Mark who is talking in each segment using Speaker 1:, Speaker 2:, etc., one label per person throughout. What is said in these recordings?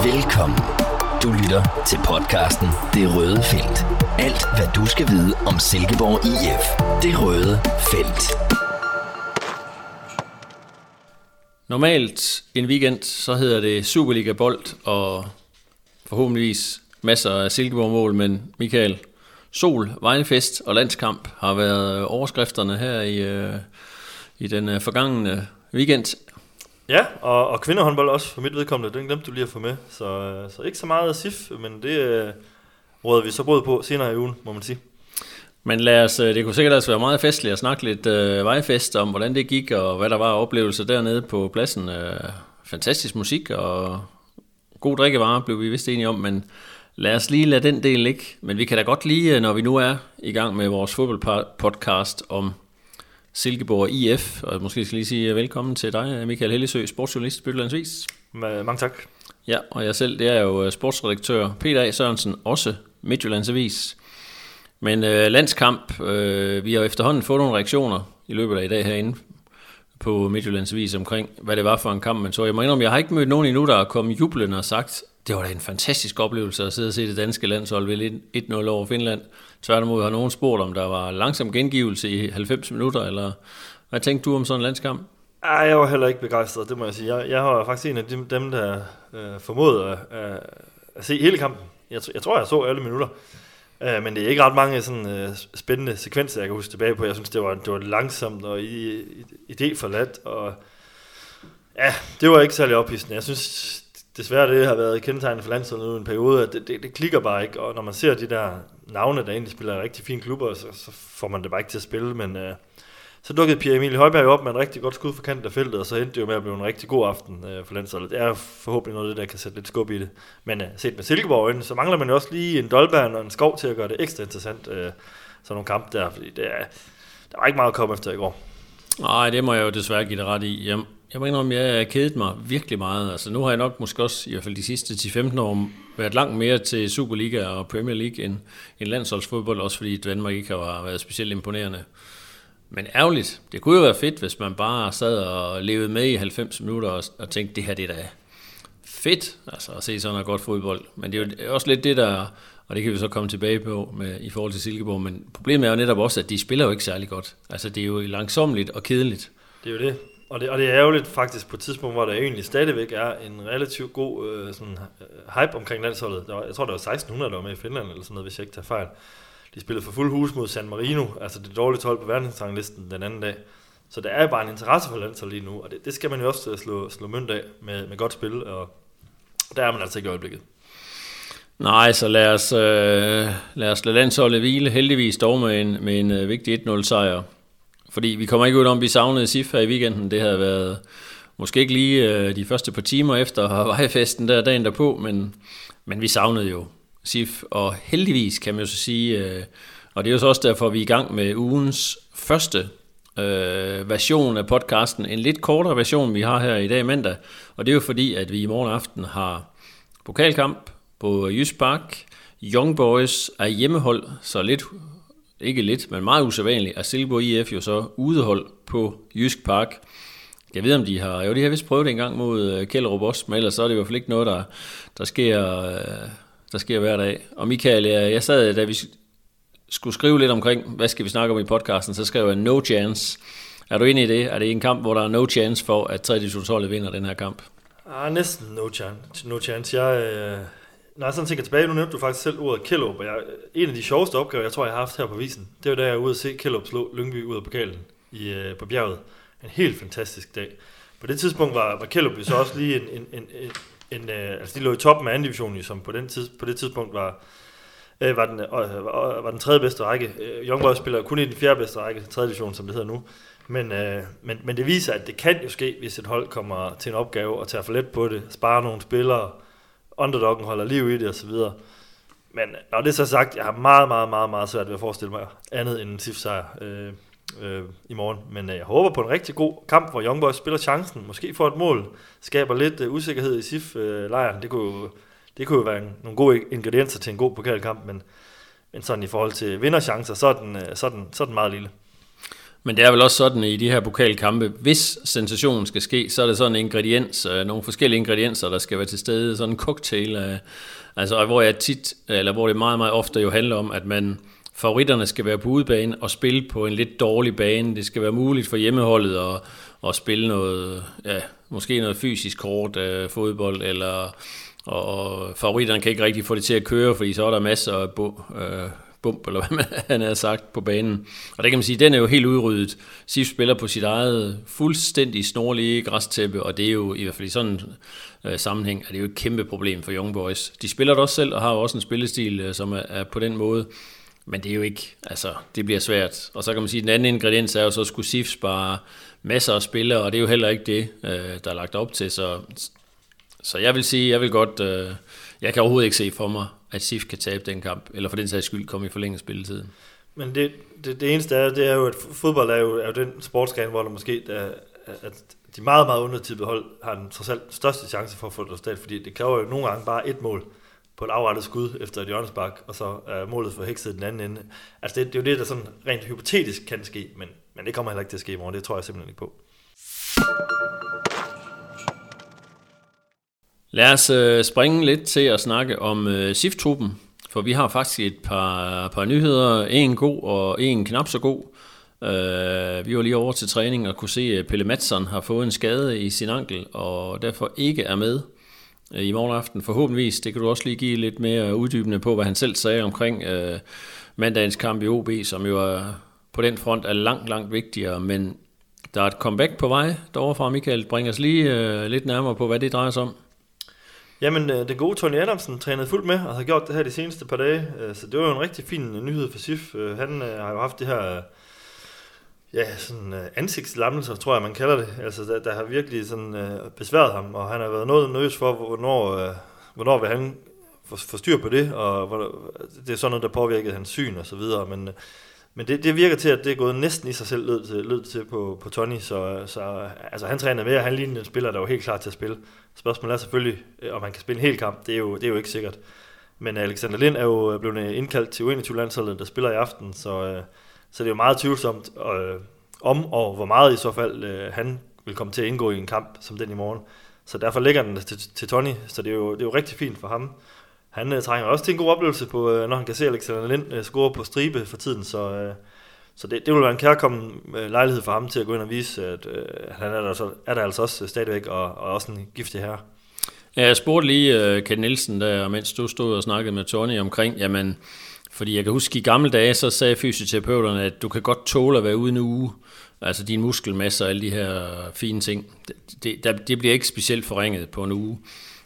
Speaker 1: Velkommen. Du lytter til podcasten Det Røde Felt. Alt, hvad du skal vide om Silkeborg IF. Det Røde Felt.
Speaker 2: Normalt en weekend, så hedder det Superliga Bold og forhåbentligvis masser af Silkeborg-mål, men Michael, sol, Vejlefest og landskamp har været overskrifterne her i den forgangne weekend.
Speaker 3: Ja, og kvindehåndbold også for mit vedkommende, den glemte du lige at få med, så ikke så meget SIF, men det råder vi så både på senere i ugen, må man sige.
Speaker 2: Men det kunne sikkert også være meget festligt at snakke lidt Vejlefest om, hvordan det gik, og hvad der var af oplevelser dernede på pladsen. Fantastisk musik og god drikkevarer blev vi vist enige om, men lad os lige lade den del ligge. Men vi kan da godt lige, når vi nu er i gang med vores fodboldpodcast om Silkeborg IF, og måske skal lige sige velkommen til dig, Michael Hellesø, sportsjournalist på Jyllands Avis.
Speaker 3: Mange tak.
Speaker 2: Ja, og jeg selv, det er jo sportsredaktør Peter A. Sørensen, også Midtjyllands Avis. Men landskamp, vi har efterhånden fået nogle reaktioner i løbet af i dag herinde på Midtjyllands Avis omkring, hvad det var for en kamp, man så. Jeg må indrømme, jeg har ikke mødt nogen endnu, der er kommet jublende og sagt, det var da en fantastisk oplevelse at sidde og se det danske landshold ved 1-0 over Finland. Tværtimod har nogen spurgt, om der var langsom gengivelse i 90 minutter, eller hvad tænkte du om sådan en landskamp?
Speaker 3: Jeg var heller ikke begejstret, det må jeg sige. Jeg var faktisk en af dem, der formåede at se hele kampen. Jeg tror, jeg så alle minutter. Men det er ikke ret mange sådan spændende sekvenser, jeg kan huske tilbage på. Jeg synes, det var langsomt og idéforladt, og ja, det var ikke særlig ophidsende. Jeg synes desværre, det har været kendetegnende for landsholdet nu en periode, at det klikker bare ikke, og når man ser de der navne, der egentlig spiller rigtig fine klubber, så får man det bare ikke til at spille, men så dukkede Pierre Emil Højberg op med en rigtig godt skud for kanten af feltet, og så endte det jo med at blive en rigtig god aften for landsholdet. Det er forhåbentlig noget af det, der kan sætte lidt skub i det. Men set med Silkeborg, så mangler man jo også lige en Dolberg og en Skov til at gøre det ekstra interessant, sådan nogle kampe der, fordi der var ikke meget at komme efter i går.
Speaker 2: Nej, det må jeg jo desværre give det ret i. Jeg må indrømme, at jeg kedet mig virkelig meget. Altså, nu har jeg nok måske også, i hvert fald de sidste 10-15 år, været langt mere til Superliga og Premier League end landsholdsfodbold, også fordi Danmark ikke har været specielt imponerende. Men ærgerligt. Det kunne jo være fedt, hvis man bare sad og levede med i 90 minutter og tænkte, det her det er da fedt, altså at se sådan noget godt fodbold. Men det er jo også lidt det, der, og det kan vi så komme tilbage på i forhold til Silkeborg, men problemet er jo netop også, at de spiller jo ikke særlig godt. Altså det er jo langsommeligt og kedeligt.
Speaker 3: Det er jo det. Og det er ærgerligt faktisk på et tidspunkt, hvor der egentlig stadigvæk er en relativt god hype omkring landsholdet. Jeg tror, der var 1600, der var med i Finland, eller sådan noget, hvis jeg ikke tager fejl. De spillede for fuld hus mod San Marino, altså det dårlige hold på verdensranglisten den anden dag. Så der er bare en interesse for landsholdet lige nu, og det skal man jo også slå mønt af med godt spil, og der er man altså ikke i øjeblikket.
Speaker 2: Nej, så lad os lade landsholdet hvile, heldigvis dog med en vigtig 1-0-sejr. Fordi vi kommer ikke ud om, vi savnede SIF her i weekenden. Det havde været måske ikke lige de første par timer efter Vejlefesten der dagen derpå, men vi savnede jo SIF, og heldigvis kan man jo så sige, og det er jo så også derfor, vi er i gang med ugens første version af podcasten, en lidt kortere version, vi har her i dag mandag, og det er jo fordi, at vi i morgen aften har pokalkamp på Jysk Park. Young Boys er hjemmehold, så ikke lidt, men meget usædvanligt, er Silkeborg IF jo så udehold på Jysk Park. Jeg ved, om de har vist prøvet det en gang mod Kjellerup også, men ellers så er det i hvert fald ikke noget, der sker hver dag. Og Michael, jeg sad, da vi skulle skrive lidt omkring, hvad skal vi snakke om i podcasten, så skrev jeg no chance. Er du inde i det? Er det en kamp, hvor der er no chance for, at 3. divisionsholdet vinder den her kamp?
Speaker 3: Næsten no chance. Når jeg sådan tænker tilbage, nu nævnte du faktisk selv ordet Kjellerup, og en af de sjoveste opgaver, jeg tror, jeg har haft her på Visen, det var da jeg er ude at se Kjellerup slå Lyngby ud af pokalen på bjerget. En helt fantastisk dag. På det tidspunkt var Kjellerup så også lige altså de lå i toppen af anden divisionen, som på det tidspunkt var den tredje bedste række. Young Boys spiller kun i den fjerde bedste række, tredje division, som det hedder nu. Men det viser, at det kan jo ske, hvis et hold kommer til en opgave og tager for let på det, sparer nogle spillere, underdoggen holder liv i det osv. Men når det er så sagt, jeg har meget, meget, meget, meget svært ved at forestille mig andet end en SIF-sejr i morgen. Men jeg håber på en rigtig god kamp, hvor Young Boys spiller chancen, måske får et mål, skaber lidt usikkerhed i SIF-lejren. Det kunne jo være nogle gode ingredienser til en god pokalkamp, men sådan i forhold til vinderchancer, så er den meget lille.
Speaker 2: Men det er vel også sådan i de her pokalkampe, hvis sensationen skal ske, så er det sådan en ingrediens, nogle forskellige ingredienser, der skal være til stede, sådan en cocktail af, altså hvor hvor det meget, meget ofte jo handler om, at favoritterne skal være på udebane og spille på en lidt dårlig bane. Det skal være muligt for hjemmeholdet at spille noget, ja, måske noget fysisk kort fodbold, og favoritterne kan ikke rigtig få det til at køre, fordi så er der masser af bump, eller hvad han har sagt, på banen. Og der kan man sige, den er jo helt udryddet. SIF spiller på sit eget fuldstændig snorlige græstæppe, og det er jo i hvert fald i sådan en sammenhæng, er det jo et kæmpe problem for Young Boys. De spiller det også selv, og har jo også en spillestil, som er på den måde. Men det er jo ikke, altså, det bliver svært. Og så kan man sige, at den anden ingrediens er jo så, at skulle SIF spare masser af spillere, og det er jo heller ikke det, der er lagt op til. Så jeg vil sige, jeg kan overhovedet ikke se for mig, at SIF kan tabe den kamp, eller for den sags skyld komme i forlænget spilletiden.
Speaker 3: Men det eneste er, det er jo, at fodbold er jo den sportsgren, hvor der måske, at de meget, meget undertippede hold har den trods alt største chance for at få det resultat, fordi det kræver jo nogle gange bare et mål på et afrettet skud efter et hjørnespark, og så er målet for hekset den anden ende. Altså det er jo det, der sådan rent hypotetisk kan ske, men det kommer heller ikke til at ske i morgen, det tror jeg simpelthen ikke på.
Speaker 2: Lad os springe lidt til at snakke om SIF-truppen, for vi har faktisk et par nyheder, en god og en knap så god. Vi var lige over til træning og kunne se, at Pelle Madsson har fået en skade i sin ankel, og derfor ikke er med i morgen aften. Forhåbentligvis, det kan du også lige give lidt mere uddybende på, hvad han selv sagde omkring mandagens kamp i OB, som jo er, på den front er langt, langt vigtigere, men der er et comeback på vej derovre fra Michael. Bring os lige lidt nærmere på, hvad det drejer sig om.
Speaker 3: Jamen, den gode Tony Adamsen trænede fuldt med og har gjort det her de seneste par dage, så det var jo en rigtig fin nyhed for SIF. Han har jo haft det her sådan ansigtslammelser, tror jeg, man kalder det. Altså, der har virkelig sådan besværet ham, og han har været noget nervøs for, hvornår vil han få styr på det, og det er sådan noget, der påvirkede hans syn og så videre, men det virker til, at det er gået næsten i sig selv lød til på Tony, så altså, han træner med, og han ligner en spiller, der var helt klar til at spille. Spørgsmålet er selvfølgelig, om han kan spille en hel kamp, det er jo ikke sikkert. Men Alexander Lind er jo blevet indkaldt til U21-landsholdet, der spiller i aften, så det er jo meget tvivlsomt om, og hvor meget i så fald han vil komme til at indgå i en kamp som den i morgen. Så derfor ligger den til Tony, så det er jo rigtig fint for ham. Han trænger også til en god oplevelse, når han kan se Alexander Lind score på stribe for tiden, så det vil være en kærkommen lejlighed for ham til at gå ind og vise, at han er der altså også stadigvæk, og også en giftig herre.
Speaker 2: Ja, jeg spurgte lige Ken Nielsen der, mens du stod og snakkede med Tony omkring, jamen, fordi jeg kan huske i gamle dage, så sagde fysioterapeuterne, at du kan godt tåle at være ude en uge, altså din muskelmasse og alle de her fine ting, det bliver ikke specielt forringet på en uge.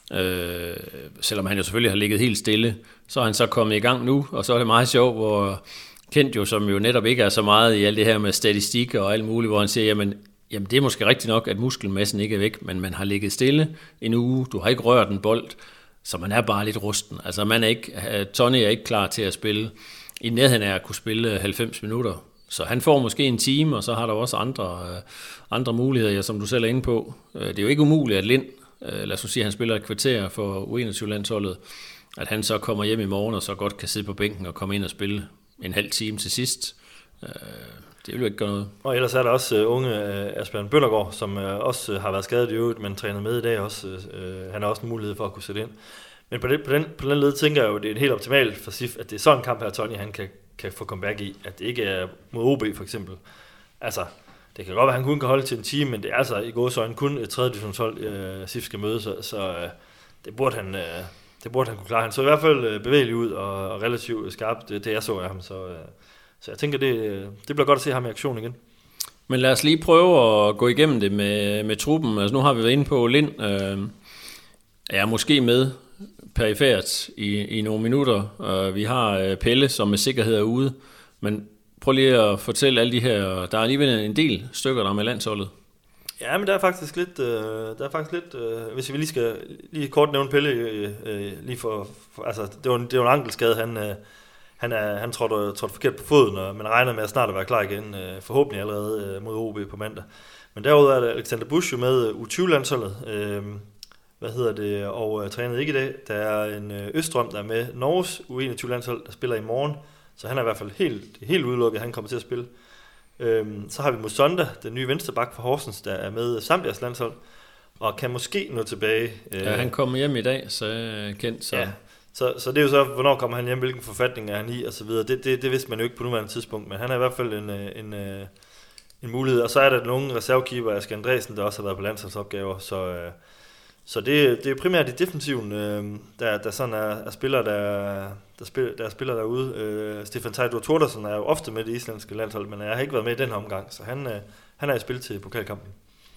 Speaker 2: Selvom han jo selvfølgelig har ligget helt stille, så er han så kommet i gang nu, og så er det meget sjovt, hvor Kent jo, som jo netop ikke er så meget i alt det her med statistik og alt muligt, hvor han siger, jamen det er måske rigtigt nok, at muskelmassen ikke er væk, men man har ligget stille en uge, du har ikke rørt en bold, så man er bare lidt rusten. Altså Tony er ikke klar til at spille i nærheden af at kunne spille 90 minutter, så han får måske en time, og så har der også andre muligheder, som du selv er inde på. Det er jo ikke umuligt, at Lind, lad os sige, han spiller et kvarter for U21-landsholdet, at han så kommer hjem i morgen, og så godt kan sidde på bænken og komme ind og spille en halv time til sidst. Det vil jo ikke gøre noget. Og
Speaker 3: ellers er der også unge Asbjørn Bøndergaard, som også har været skadet i øvrigt, men trænet med i dag også. Han har også en mulighed for at kunne sætte ind. Men på den led tænker jeg jo, det er helt optimalt for SIF, at det er sådan en kamp her, Tony han kan få comeback i. At det ikke er mod OB for eksempel. Altså, det kan godt være, at han kun kan holde til en time, men det er altså i gåseøjne kun et 3. divisionshold, SIF skal møde, så det burde han kunne klare. Han så i hvert fald bevægelig ud og relativt skarp, det jeg så af ham. Så jeg tænker, det bliver godt at se ham i aktion igen.
Speaker 2: Men lad os lige prøve at gå igennem det med truppen. Altså nu har vi været inde på Lind. Er måske med perifært i nogle minutter. Vi har Pelle, som med sikkerhed er ude. Men prøv lige at fortælle alle de her. Der er alligevel en del stykker, der er med landsholdet.
Speaker 3: Ja, men der er faktisk lidt, hvis vi lige skal kort nævne Pelle, lige for altså det var en ankelskade, han trådte forkert på foden, og man regner med at snart at være klar igen, forhåbentlig allerede mod OB på mandag. Men derudover er det Alexander Busch med U20-landsholdet, og trænede ikke i dag. Der er en Østrøm, der er med Norges U21-landshold, der spiller i morgen, så han er i hvert fald helt udelukket, han kommer til at spille. Så har vi Musonda, den nye venstreback fra Horsens, der er med Zambias landshold, og kan måske nå tilbage.
Speaker 2: Ja, han kommer hjem i dag, så kendt. Så.
Speaker 3: Ja, så det er jo så, hvornår kommer han hjem, hvilken forfatning er han i, og så videre. Det vidste man jo ikke på nuværende tidspunkt, men han er i hvert fald en mulighed. Og så er der den unge reservekeeper, Asger Andresen, der også har været på landsholdsopgaver, så det er primært i defensiven, der sådan er spillere, der er spillere derude. Stefan Teitur Thordarson er jo ofte med det islandske landshold, men jeg har ikke været med i den her omgang, så han er i spil til pokalkampen.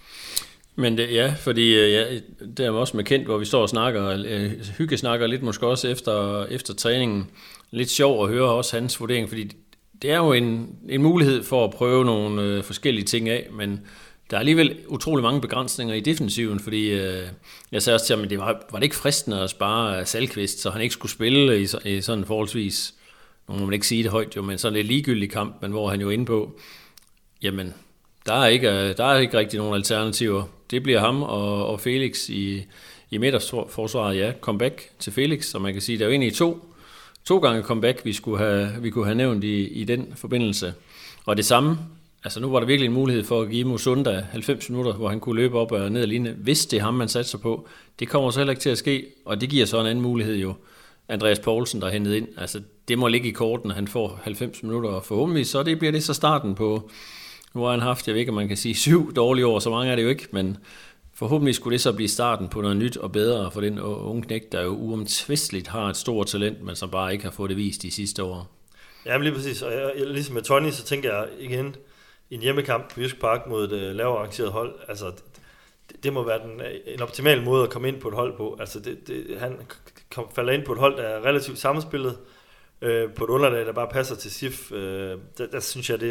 Speaker 2: Men fordi det er også med Kent, hvor vi står og hyggesnakker lidt måske også efter træningen. Lidt sjov at høre også hans vurdering, fordi det er jo en mulighed for at prøve nogle forskellige ting af, men der er alligevel utrolig mange begrænsninger i defensiven, fordi jeg sagde også til ham, at var det ikke fristende at spare Salkvist, så han ikke skulle spille i sådan forholdsvis, nu må man ikke sige det højt jo, men sådan lidt ligegyldig kamp, men hvor han jo er inde på, jamen, der er ikke rigtig nogen alternativer. Det bliver ham og Felix i midterforsvaret, ja, comeback til Felix, så man kan sige, der er jo egentlig to gange comeback, vi kunne have nævnt i den forbindelse. Og det samme, altså nu var der virkelig en mulighed for at give Musonda 90 minutter, hvor han kunne løbe op og ned og ligne, hvis det er ham, man satser på. Det kommer så heller ikke til at ske, og det giver så en anden mulighed jo. Andreas Poulsen, der er hentet ind, altså det må ligge i korten, at han får 90 minutter, og forhåbentlig så bliver det så starten på. Nu har han haft, jeg ved ikke, om man kan sige 7 dårlige år, så mange er det jo ikke, men forhåbentlig skulle det så blive starten på noget nyt og bedre for den unge knægt, der jo uomtvisteligt har et stort talent, men som bare ikke har fået det vist de sidste år.
Speaker 3: Ja, men lige præcis, og ligesom med Tony, så tænker jeg igen, en hjemmekamp på Jysk Park mod et lavere arrangeret hold, altså det må være en optimal måde at komme ind på et hold på. Altså han falder ind på et hold, der er relativt sammenspillet, på et underlag, der bare passer til SIF. Der synes jeg,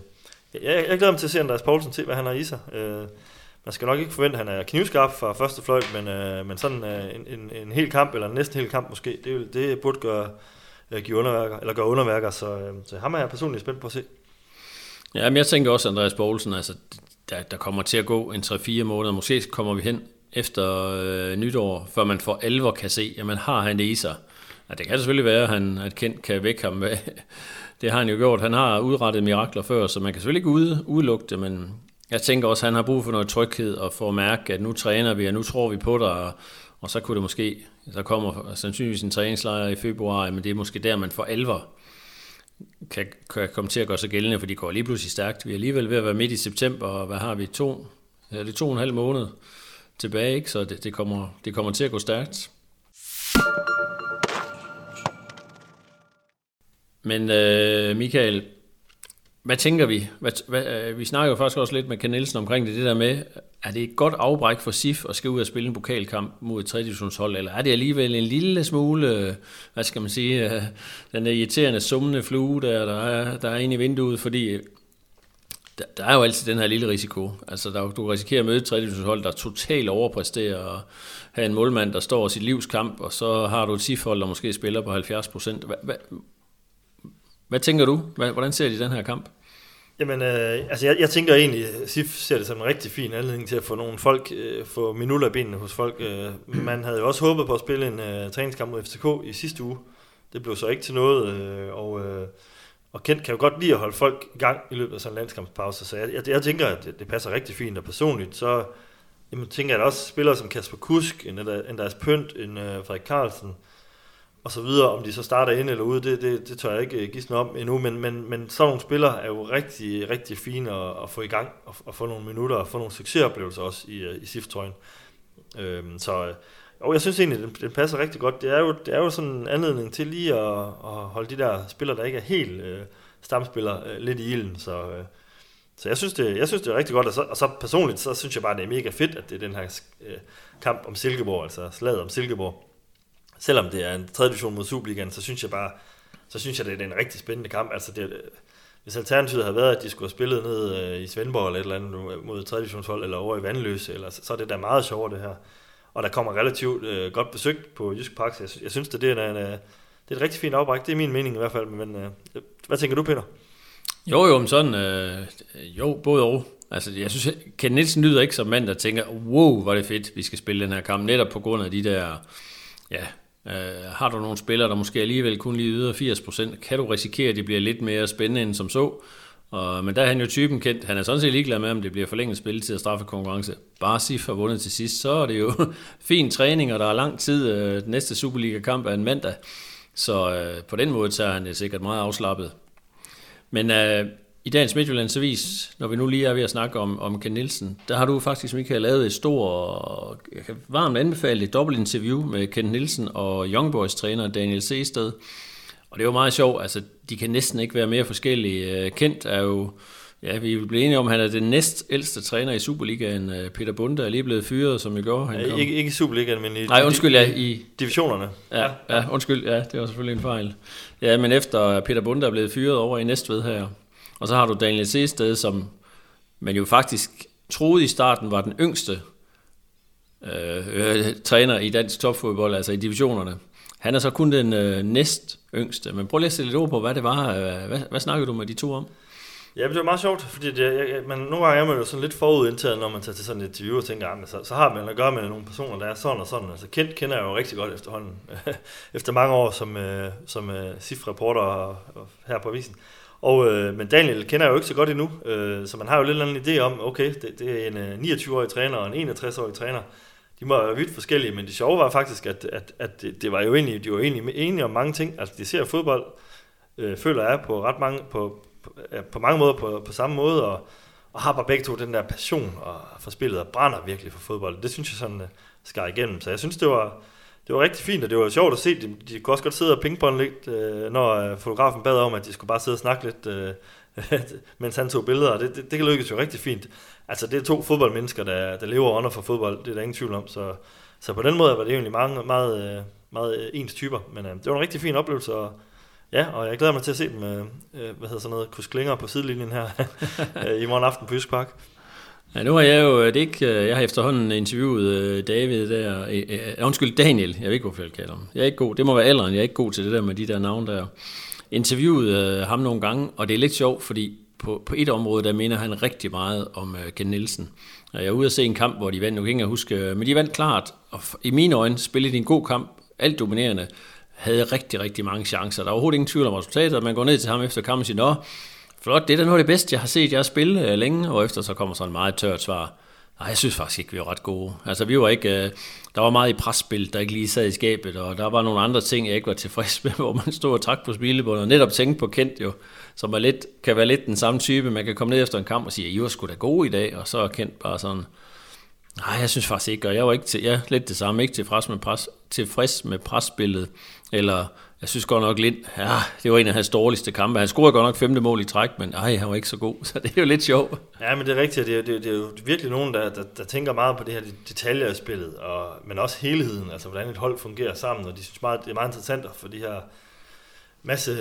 Speaker 3: jeg glæder mig til at se Andreas Poulsen til, hvad han har i sig. Man skal nok ikke forvente, at han er knivskarp fra første fløjt, men sådan en hel kamp, eller næsten hel kamp måske, det burde gøre underværker, så ham er jeg personligt spændt på at se.
Speaker 2: Ja, men jeg tænker også, Andreas Poulsen, altså der kommer til at gå en 3-4 måneder, måske kommer vi hen efter nytår, før man for alvor kan se, jamen har han det i sig. Ja, det kan selvfølgelig være, at Kent kan vække ham med. Det har han jo gjort. Han har udrettet mirakler før, så man kan selvfølgelig ikke udelukke det, men jeg tænker også, at han har brug for noget tryghed og for at mærke, at nu træner vi, og nu tror vi på dig, og så kunne det måske, så kommer sandsynligvis en træningslejr i februar, men det er måske der, man for alvor kan komme til at gøre sig gældende, for de går lige pludselig stærkt. Vi er alligevel ved at være midt i september, og hvad har vi? Det er 2,5 måneder tilbage, ikke? Så det kommer til at gå stærkt. Men Michael, hvad tænker vi? Vi snakker jo faktisk også lidt med Ken Nielsen omkring det der med, er det et godt afbræk for SIF at skal ud og spille en pokalkamp mod et 3. divisionshold, eller er det alligevel en lille smule, hvad skal man sige, den irriterende summende flue, der er inde i vinduet, fordi der er jo altid den her lille risiko. Altså du risikerer at møde et 3. divisionshold, der totalt overpræsterer og have en målmand, der står sit livs kamp, og så har du et SIF-hold, der måske spiller på 70%. Hvad tænker du? Hvordan ser de den her kamp?
Speaker 3: Jamen, jeg tænker egentlig, SIF ser det som en rigtig fin anledning til at få nogle folk, få minutter i benene hos folk. Man havde jo også håbet på at spille en træningskamp mod FCK i sidste uge. Det blev så ikke til noget, og Kent kan jo godt lide at holde folk i gang i løbet af sådan en landskampspause. Så jeg tænker, at det passer rigtig fint, og personligt, så tænker jeg, at også spillere som Kasper Kusk, en Andreas Pønt, en Frederik Carlsen, og så videre, om de så starter ind eller ude, det tør jeg ikke gisne om endnu, men sådan nogle spillere er jo rigtig, rigtig fine at få i gang, og få nogle minutter, og få nogle succesoplevelser også i SIF-trøjen. Jeg synes egentlig, den passer rigtig godt. Det er jo sådan en anledning til lige at holde de der spillere, der ikke er helt stamspillere, lidt i ilden, så jeg synes, det er rigtig godt, og så personligt, så synes jeg bare, det er mega fedt, at det er den her kamp om Silkeborg, altså slaget om Silkeborg. Selvom det er en 3. division mod Superligaen, så synes jeg, det er en rigtig spændende kamp. Altså hvis alternativet havde været, at de skulle have spillet ned i Svendborg eller et eller andet mod 3. divisionshold, eller over i Vandløse, eller, så er det da meget sjovere det her. Og der kommer relativt godt besøg på Jysk Park, så jeg synes, det er et rigtig fint afbræk. Det er min mening i hvert fald, men hvad tænker du, Peter?
Speaker 2: Jo, men sådan, både og. Altså, jeg synes, Ken Nielsen lyder ikke som mand, der tænker, wow, hvor er det fedt, vi skal spille den her kamp, netop på grund af de der, har du nogle spillere, der måske alligevel kun lige yder 80%, kan du risikere, at det bliver lidt mere spændende end som så, Men der er han jo typen kendt. Han er sådan set ligeglad med, om det bliver forlænget spilletid og straffekonkurrence. Bare SIF har vundet til sidst, så er det jo fin træning, og der er lang tid. Den næste Superliga-kamp er en mandag. Så på den måde så er han sikkert meget afslappet. Men i dagens Midtjyllands Avis, når vi nu lige er ved at snakke om Ken Nielsen, der har du faktisk, Michael, lavet et stort, jeg kan varmt anbefale et dobbeltinterview med Ken Nielsen og Young Boys træner Daniel Sehsted. Og det er jo meget sjovt, altså de kan næsten ikke være mere forskellige. Kent er jo, ja, vi vil blive enige om, han er den næstældste træner i Superligaen. Peter Bunde er lige blevet fyret, som i går.
Speaker 3: Ikke i Superligaen, men
Speaker 2: i
Speaker 3: divisionerne.
Speaker 2: Ja, undskyld, ja, det var selvfølgelig en fejl. Ja, men efter Peter Bunde er blevet fyret over i Næstved her. Og så har du Daniel Sehsted, som man jo faktisk troede i starten var den yngste træner i dansk topfodbold, altså i divisionerne. Han er så kun den næst yngste, men prøv lige at sætte lidt ord på, hvad det var. Hvad snakkede du med de to om?
Speaker 3: Ja, det var meget sjovt, fordi nogle gange er man jo sådan lidt forudindtaget, når man tager til sådan et interview og tænker, så har man at gøre med nogle personer, der er sådan og sådan. Altså Kent kender jeg jo rigtig godt efterhånden, efter mange år som SIF-reporter her på avisen. Men Daniel kender jeg jo ikke så godt endnu, så man har jo lidt en idé om, okay, det er en 29-årig træner og en 61-årig træner. De må være vidt forskellige, men det sjove var faktisk, at de var jo enige om mange ting. Altså de ser fodbold, føler jeg på mange måder på samme måde, og har bare begge to den der passion for spillet, og brænder virkelig for fodbold. Det synes jeg sådan skar igennem, så jeg synes det var rigtig fint, og det var sjovt at se. De kunne også godt sidde og pingpong lidt, når fotografen bad om, at de skulle bare sidde og snakke lidt, mens han tog billeder, og det kan lykkes jo rigtig fint. Altså det er to fodboldmennesker, der lever under for fodbold, det er der ingen tvivl om, så på den måde var det egentlig meget ens typer, men det var en rigtig fin oplevelse, og jeg glæder mig til at se dem, kryds klinger på sidelinjen her i morgen aften på Jysk Park.
Speaker 2: Ja, nu har jeg jo jeg har efterhånden interviewet Daniel, jeg ved ikke, hvorfor jeg kalder ham. Jeg er ikke god, det må være alderen, jeg er ikke god til det der med de der navne der. Interviewet ham nogle gange, og det er lidt sjovt, fordi på et område, der mener han rigtig meget om Ken Nielsen. Jeg er ude at se en kamp, hvor de vandt, nu kan jeg ikke huske, men de vandt klart, og i mine øjne spillede de en god kamp, alt dominerende, havde rigtig, rigtig mange chancer. Der er overhovedet ingen tvivl om resultatet, og man går ned til ham efter kampen og siger, flot, det er da noget af det bedste, jeg har set jer spille længe, og efter så kommer sådan et meget tørt svar. Nej, jeg synes faktisk ikke, vi var ret gode. Altså, vi var ikke, der var meget i presspil, der ikke lige sad i skabet, og der var nogle andre ting, jeg ikke var tilfreds med, hvor man stod og trak på smilebåndet, og netop tænkte på Kent jo, som kan være lidt den samme type. Man kan komme ned efter en kamp og sige, I var sgu da gode i dag, og så er Kent bare sådan, nej, jeg synes faktisk ikke, og jeg var ikke lidt det samme, ikke tilfreds med presspillet, eller jeg synes godt nok lidt, det var en af hans dårligste kampe. Han scorede godt nok 5. mål i træk, men han var ikke så god, så det er jo lidt sjovt.
Speaker 3: Ja, men det er rigtigt, det er jo virkelig nogen, der tænker meget på det her detaljer i spillet, men også helheden, altså hvordan et hold fungerer sammen, og de synes det er meget interessant for de her masse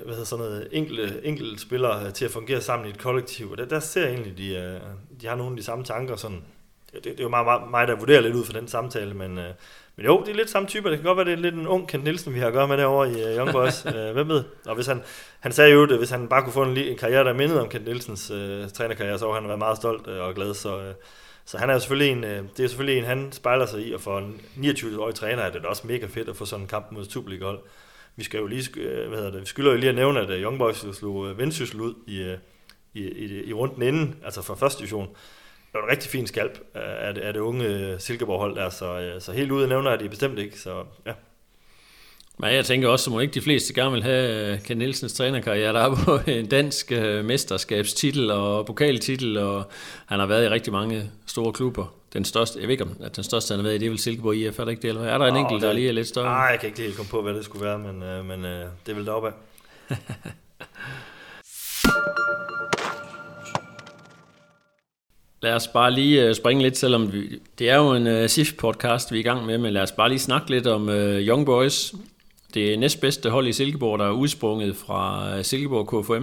Speaker 3: enkelte spillere til at fungere sammen i et kollektiv, og der ser jeg egentlig, de har nogle af de samme tanker, sådan. Det er jo mig, der vurderer lidt ud fra den samtale, men jo, det er lidt samme typer. Det kan godt være, det er lidt en ung Ken Nielsen, vi har at gøre med derovre i Young Boys. Hvem ved? Og hvis han sagde jo det, hvis han bare kunne få en karriere, der mindede om Ken Nielsens trænerkarriere, så var han været meget stolt og glad. Så han er jo selvfølgelig en, han spejler sig i, og for en 29-årig træner er det også mega fedt at få sådan en kamp mod Superliga-hold. Vi skal jo lige, vi skylder jo lige at nævne, at Young Boys slog Vendsyssel ud i runden inden, altså fra første division. Det var en rigtig fin skalp af det unge Silkeborg-hold der, så helt ude nævner jeg det bestemt ikke, så ja.
Speaker 2: Men jeg tænker også, at ikke de fleste gerne vil have Ken Nielsens trænerkarriere, der er på en dansk mesterskabstitel og pokaltitel, og han har været i rigtig mange store klubber. Den største, jeg ved ikke om at den største han har været i, det er vel Silkeborg IF, er der ikke det? Eller er der en enkelt, der lige er lidt større?
Speaker 3: Nej, jeg kan ikke helt komme på, hvad det skulle være, men det er vel deroppe af.
Speaker 2: Lad os bare lige springe lidt, selvom det er jo en SIF-podcast, vi er i gang med, men lad os bare lige snakke lidt om Young Boys. Det er næstbedste hold i Silkeborg, der er udsprunget fra Silkeborg KFM.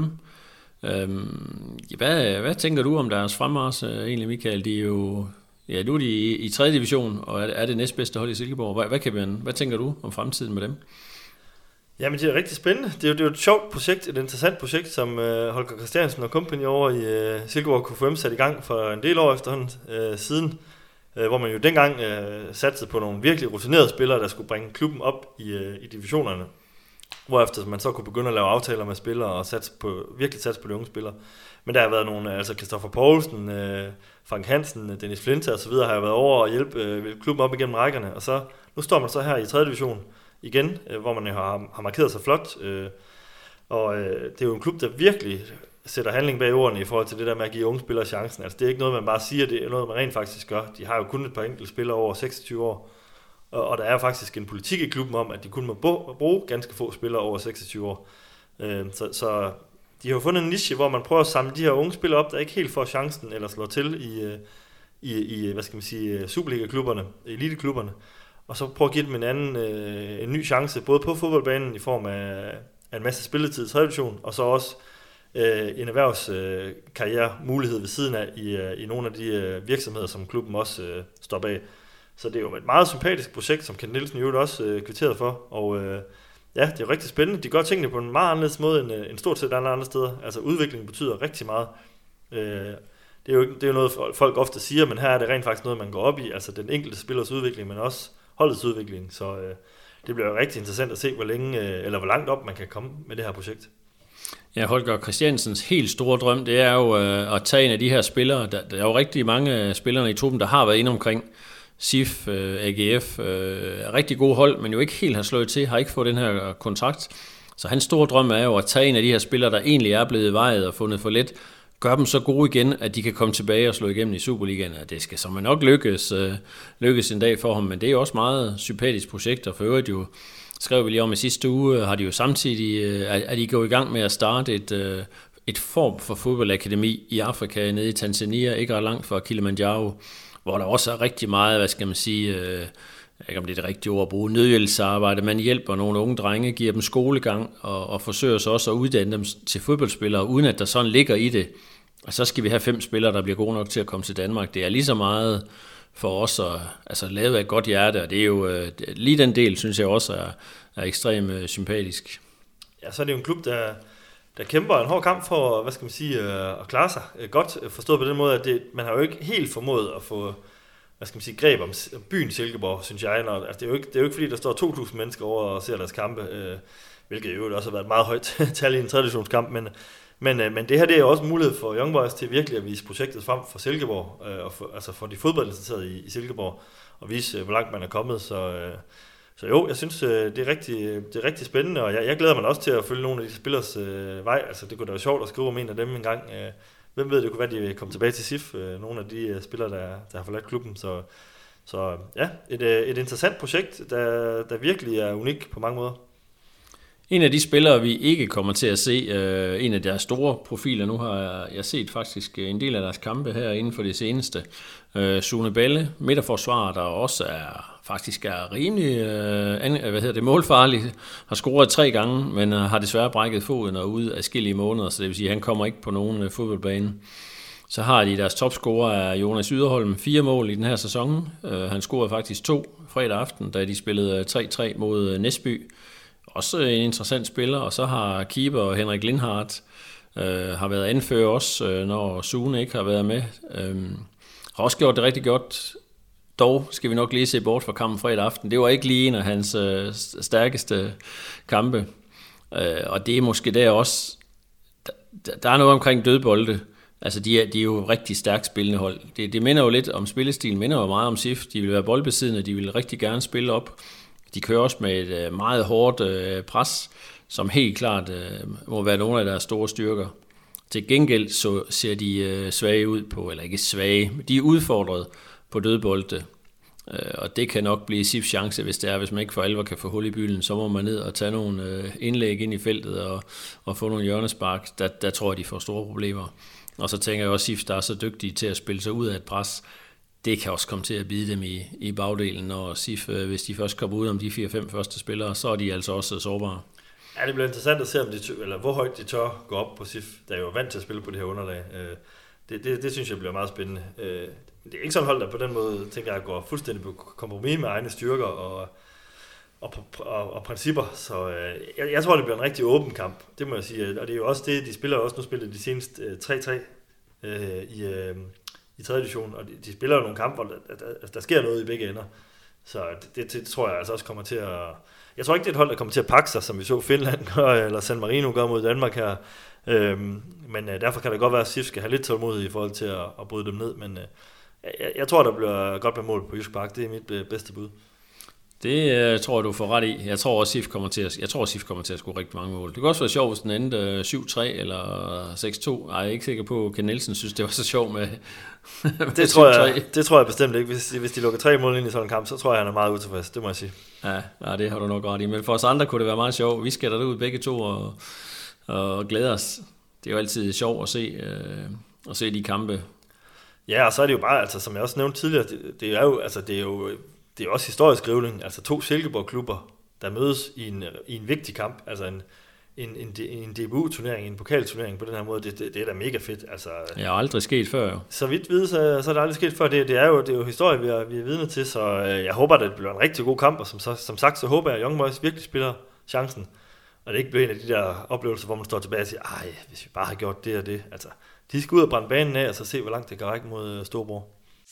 Speaker 2: Hvad tænker du om deres fremmarch egentlig, Michael? De er jo, nu er de i 3. division, og er det næstbedste hold i Silkeborg. Hvad tænker du om fremtiden med dem?
Speaker 3: Jamen, det er rigtig spændende. Det er jo et sjovt projekt, et interessant projekt, som Holger Christiansen og company over i Silkeborg KFM satte i gang for en del år efterhånden siden, hvor man jo dengang satsede på nogle virkelig rutinerede spillere, der skulle bringe klubben op i divisionerne. hvorefter man så kunne begynde at lave aftaler med spillere og virkelig satse på de unge spillere. Men der har været nogle, altså Christoffer Poulsen, Frank Hansen, Dennis Flinte og så videre, har jo været over og hjælpe klubben op igennem rækkerne, og så nu står man så her i 3. division igen, hvor man har markeret sig flot, og det er jo en klub, der virkelig sætter handling bag ordene i forhold til det der med at give unge spillere chancen. Altså det er ikke noget, man bare siger, det er noget, man rent faktisk gør. De har jo kun et par enkelte spillere over 26 år, og der er faktisk en politik i klubben om, at de kun må bruge ganske få spillere over 26 år. Så de har jo fundet en niche, hvor man prøver at samle de her unge spillere op, der ikke helt får chancen eller slår til i hvad skal man sige, Superliga-klubberne, eliteklubberne, og så prøve at give dem en ny chance, både på fodboldbanen i form af en masse spilletid i 3. division, og så også en erhvervskarriere mulighed ved siden af i nogle af de virksomheder, som klubben også står bag. Så det er jo et meget sympatisk projekt, som Kent Nielsen jo også kvitteret for, og ja, det er jo rigtig spændende. De gør tingene på en meget anderledes måde end stort set alle andre steder. Altså udvikling betyder rigtig meget. Det er jo noget, folk ofte siger, men her er det rent faktisk noget, man går op i. Altså den enkelte spillers udvikling, men også holdets udvikling. Så det bliver jo rigtig interessant at se, hvor langt op man kan komme med det her projekt.
Speaker 2: Ja, Holger Christiansens helt store drøm, det er jo at tage en af de her spillere. Der er jo rigtig mange spillere i truppen, der har været inde omkring SIF, AGF, rigtig gode hold, men jo ikke helt har slået til, har ikke fået den her kontrakt. Så hans store drøm er jo at tage en af de her spillere, der egentlig er blevet vejet og fundet for let, gør dem så gode igen, at de kan komme tilbage og slå igennem i Superligaen. Det skal så nok lykkes en dag for ham, men det er jo også meget sympatisk projekt, og for øvrigt jo, skrev vi lige om i sidste uge, har de jo samtidig, at de går i gang med at starte et form for fodboldakademi i Afrika, nede i Tanzania, ikke ret langt fra Kilimanjaro, hvor der også er rigtig meget, hvad skal man sige, jeg ved ikke om det er det rigtige ord at bruge, nødhjælpsarbejde. Man hjælper nogle unge drenge, giver dem skolegang og forsøger så også at uddanne dem til fodboldspillere, uden at der sådan ligger i det. Og så skal vi have 5 spillere, der bliver gode nok til at komme til Danmark. Det er lige så meget for os at lavet af et godt hjerte, og det er jo lige den del, synes jeg også er ekstremt sympatisk.
Speaker 3: Ja, så er det jo en klub, der kæmper en hård kamp for, hvad skal man sige, at klare sig godt, forstået på den måde, at man har jo ikke helt formået at få, hvad skal man sige, greb om byen Silkeborg, synes jeg. Altså, det er jo ikke fordi, der står 2.000 mennesker over og ser deres kampe, hvilket jo også har været et meget højt tal i en traditionskamp, men det her, det er jo også en mulighed for Young Boys til virkelig at vise projektet frem for Silkeborg, og for de fodboldinteresserede i Silkeborg, og vise, hvor langt man er kommet, så jo, jeg synes, det er rigtig spændende, og jeg glæder mig også til at følge nogle af de spillers vej. Altså, det kunne da være sjovt at skrive om en af dem en gang. Hvem ved, det kunne være, de komme tilbage til SIF, nogle af de spillere, der har forladt klubben. Så ja, et interessant projekt, der virkelig er unik på mange måder.
Speaker 2: En af de spillere, vi ikke kommer til at se, en af deres store profiler, nu har jeg set faktisk en del af deres kampe her inden for det seneste. Sune Balle, midterforsvarer, der også faktisk er rimelig målfarlig, har scoret 3 gange, men har desværre brækket foden og ude af adskillige måneder, så det vil sige, at han kommer ikke på nogen fodboldbane. Så har de deres topscorer af Jonas Yderholm 4 mål i den her sæson. Han scorede faktisk 2 fredag aften, da de spillede 3-3 mod Næsby. Også en interessant spiller, og så har keeper Henrik Lindhardt har været anfører også, når Sune ikke har været med. Har også gjort det rigtig godt. Dog skal vi nok lige se bort fra kampen fredag aften. Det var ikke lige en af hans stærkeste kampe. Og det er måske der også, der er noget omkring dødbolde. Altså de er jo rigtig stærkt spillende hold. Det minder jo lidt om spillestilen, minder jo meget om SIF. De vil være boldbesiddende, de vil rigtig gerne spille op. De kører også med et meget hårdt pres, som helt klart må være nogle af deres store styrker. Til gengæld så ser de svage ud på, eller ikke svage, men de er udfordret på dødbolde. Og det kan nok blive SIFs chance, hvis man ikke for alvor kan få hul i bylden, så må man ned og tage nogle indlæg ind i feltet og få nogle hjørnespark. Der tror jeg, de får store problemer. Og så tænker jeg også, at SIF, der er så dygtige til at spille sig ud af et pres, det kan også komme til at bide dem i bagdelen, og SIF, hvis de først kommer ud om de 4-5 første spillere, så er de altså også sårbare.
Speaker 3: Ja, det bliver interessant at se, hvor højt de tør gå op på SIF, der er jo vant til at spille på det her underlag. Det synes jeg bliver meget spændende. Det er ikke sådan hold, der på den måde, tænker jeg, går fuldstændig på kompromis med egne styrker og principper. Så jeg tror, det bliver en rigtig åben kamp, det må jeg sige. Og det er jo også det, de spiller også. Nu spiller de senest 3-3 i 3. division, og de spiller jo nogle kampe, hvor der sker noget i begge ender. Så det tror jeg altså også kommer til at... Jeg tror ikke, det er et hold, der kommer til at pakke sig, som vi så Finland gør, eller San Marino gør mod Danmark her. Men derfor kan det godt være, at SIF skal have lidt tålmodighed i forhold til at bryde dem ned. Men jeg tror, der bliver godt med mål på Jysk Park. Det er mit bedste bud.
Speaker 2: Det tror jeg, du får ret i. Jeg tror også, SIF kommer til at score rigtig mange mål. Det kan også være sjovt, hvis den endte 7-3 eller 6-2. Jeg er ikke sikker på, at Ken Nielsen synes, det var så sjovt med
Speaker 3: det tror jeg bestemt ikke. Hvis de lukker 3 mål ind i sådan en kamp, så tror jeg, han er meget utilfreds. Det må jeg sige.
Speaker 2: Ja, det har du nok ret i. Men for os andre kunne det være meget sjovt. Vi skal derud begge to og glæde os. Det er jo altid sjovt at se de kampe. Ja,
Speaker 3: og så er det jo bare, altså, som jeg også nævnte tidligere, det er jo også historisk skrivning. Altså 2 Silkeborg-klubber, der mødes i en vigtig kamp. Altså en DBU-turnering, en pokalturnering på den her måde, det er da mega fedt. Altså,
Speaker 2: det er aldrig sket før, jo.
Speaker 3: Så vidt vide, så er det aldrig sket før. Det er jo historie, vi er vidne til, så jeg håber, at det bliver en rigtig god kamp, og som sagt, så håber jeg, at Young Boys virkelig spiller chancen, og det ikke bliver en af de der oplevelser, hvor man står tilbage og siger, hvis vi bare har gjort det og det. Altså, de skal ud og brænde banen af, og så se, hvor langt det kan række mod Storbror.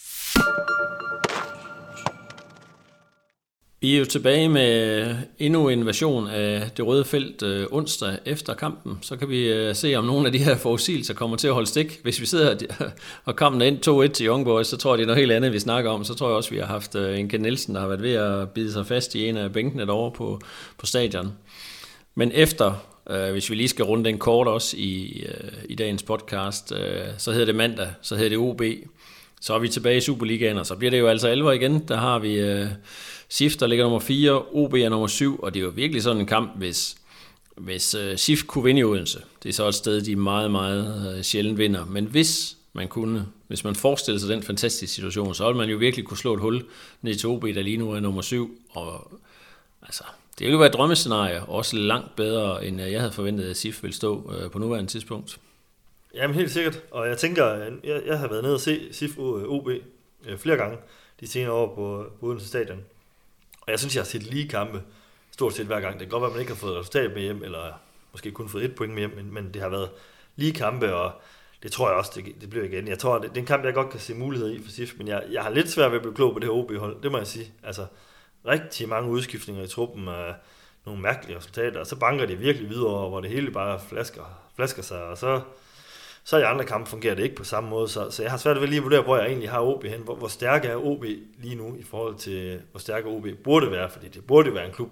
Speaker 2: Vi er jo tilbage med endnu en version af Det Røde Felt onsdag efter kampen. Så kan vi se, om nogle af de her forudsigelser kommer til at holde stik. Hvis vi sidder og kampen er ind 2-1 til Young Boys, så tror jeg, det er noget helt andet, vi snakker om. Så tror jeg også, vi har haft en Ken Nielsen, der har været ved at bide sig fast i en af bænkene derovre på stadion. Men efter, hvis vi lige skal runde den kort også i dagens podcast, så hedder det mandag, så hedder det OB. Så er vi tilbage i Superligaen, og så bliver det jo altså alvor igen. Der har vi SIF, der ligger nummer 4, OB er nummer 7, og det er jo virkelig sådan en kamp, hvis SIF kunne vinde i Odense. Det er så et sted, de meget, meget sjældent vinder. Men hvis man forestiller sig den fantastiske situation, så vil man jo virkelig kunne slå et hul ned til OB, der lige nu er nummer 7. Og altså, det ville jo være et drømmescenarie, også langt bedre, end jeg havde forventet, at SIF ville stå på nuværende tidspunkt.
Speaker 3: Jamen helt sikkert, og jeg tænker, jeg har været nede og se SIF OB flere gange de senere år på Odense Stadion. Og jeg synes, jeg har set lige kampe stort set hver gang. Det kan godt være, at man ikke har fået resultat med hjem, eller måske kun fået 1 point med hjem, men det har været lige kampe, og det tror jeg også, det bliver igen. Jeg tror, det er en kamp, jeg godt kan se muligheder i for SIF, men jeg har lidt svært ved at blive klog på det her OB-hold, det må jeg sige. Altså, rigtig mange udskiftninger i truppen af nogle mærkelige resultater, og så banker de virkelig videre, hvor det hele bare flasker sig, og så i andre kampe fungerer det ikke på samme måde, så jeg har svært ved lige at vurdere, hvor jeg egentlig har OB hen. Hvor stærk er OB lige nu i forhold til, hvor stærk OB burde være, fordi det burde være en klub,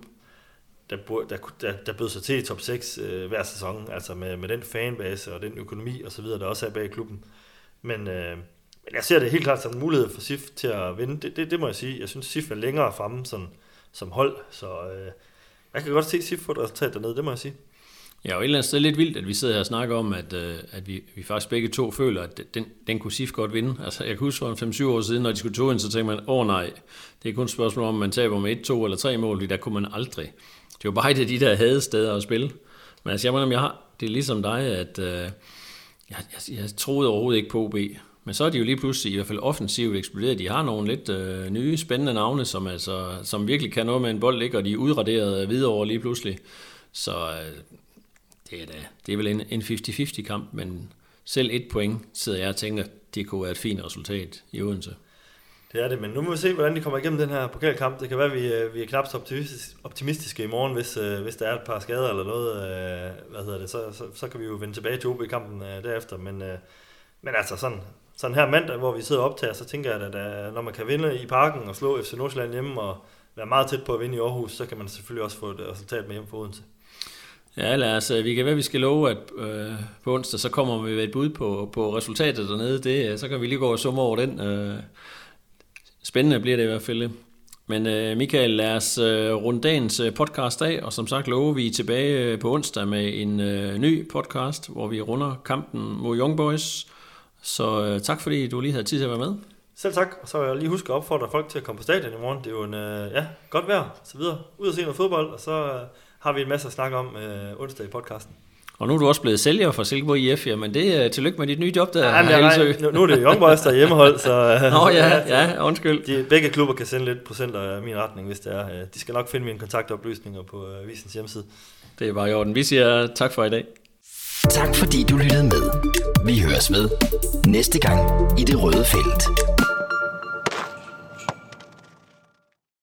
Speaker 3: der bød sig til i top 6 hver sæson, altså med den fanbase og den økonomi og så videre, der også er bag klubben. Men jeg ser det helt klart som en mulighed for SIF til at vinde. Det må jeg sige. Jeg synes, SIF er længere fremme som hold, så jeg kan godt se SIF få et resultat dernede, det må jeg sige.
Speaker 2: Ja, og et eller andet sted lidt vildt, at vi sidder her og snakker om, at vi faktisk begge to føler, at den kunne SIF godt vinde. Altså, jeg kan huske for 5-7 år siden, når de skulle 2 ind, så tænkte man, nej, det er kun et spørgsmål om, man taber med 1, 2 eller 3 mål, fordi der kunne man aldrig. Det var bare de der hadesteder at spille. Men altså, det er ligesom dig, at jeg troede overhovedet ikke på OB. Men så er de jo lige pludselig i hvert fald offensivt eksploderet. De har nogle lidt nye, spændende navne, som virkelig kan noget med en bold, ikke? Og de er udraderet videre over lige pludselig. Så det er vel en 50-50 kamp, men selv 1 point sidder jeg og tænker, det kunne være et fint resultat i Odense.
Speaker 3: Det er det, men nu må vi se, hvordan de kommer igennem den her pokalkamp. Det kan være, at vi er knap så optimistiske i morgen, hvis der er et par skader eller noget. Så kan vi jo vende tilbage til OB-kampen derefter. Men altså sådan her mandag, hvor vi sidder og optager, så tænker jeg, at når man kan vinde i Parken og slå FC Nordsjælland hjemme og være meget tæt på at vinde i Aarhus, så kan man selvfølgelig også få et resultat med hjem for Odense.
Speaker 2: Ja, vi skal love, at på onsdag, så kommer vi med et bud på resultatet dernede. Så kan vi lige gå og summe over den. Spændende bliver det i hvert fald. Men Michael, lad os runde dagens podcast af, og som sagt lover vi tilbage på onsdag med en ny podcast, hvor vi runder kampen mod Young Boys. Så tak fordi du lige havde tid til at være med.
Speaker 3: Selv tak, og så vil jeg lige huske at opfordre folk til at komme på stadion i morgen. Det er jo godt vejr, og så videre. Ud og se noget fodbold, og så har vi en masse at snakke om onsdag i podcasten.
Speaker 2: Og nu er du også blevet sælger for Silkeborg IF, men det er tillykke med dit nye job der.
Speaker 3: Ja, nu er det Young Boys, der er hjemmehold, så
Speaker 2: ja, undskyld.
Speaker 3: Begge klubber kan sende lidt procenter af min retning, hvis det er. De skal nok finde mine kontaktoplysninger på avisens hjemmeside.
Speaker 2: Det er bare i orden. Vi siger tak for i dag.
Speaker 1: Tak fordi du lyttede med. Vi høres ved næste gang i Det Røde Felt.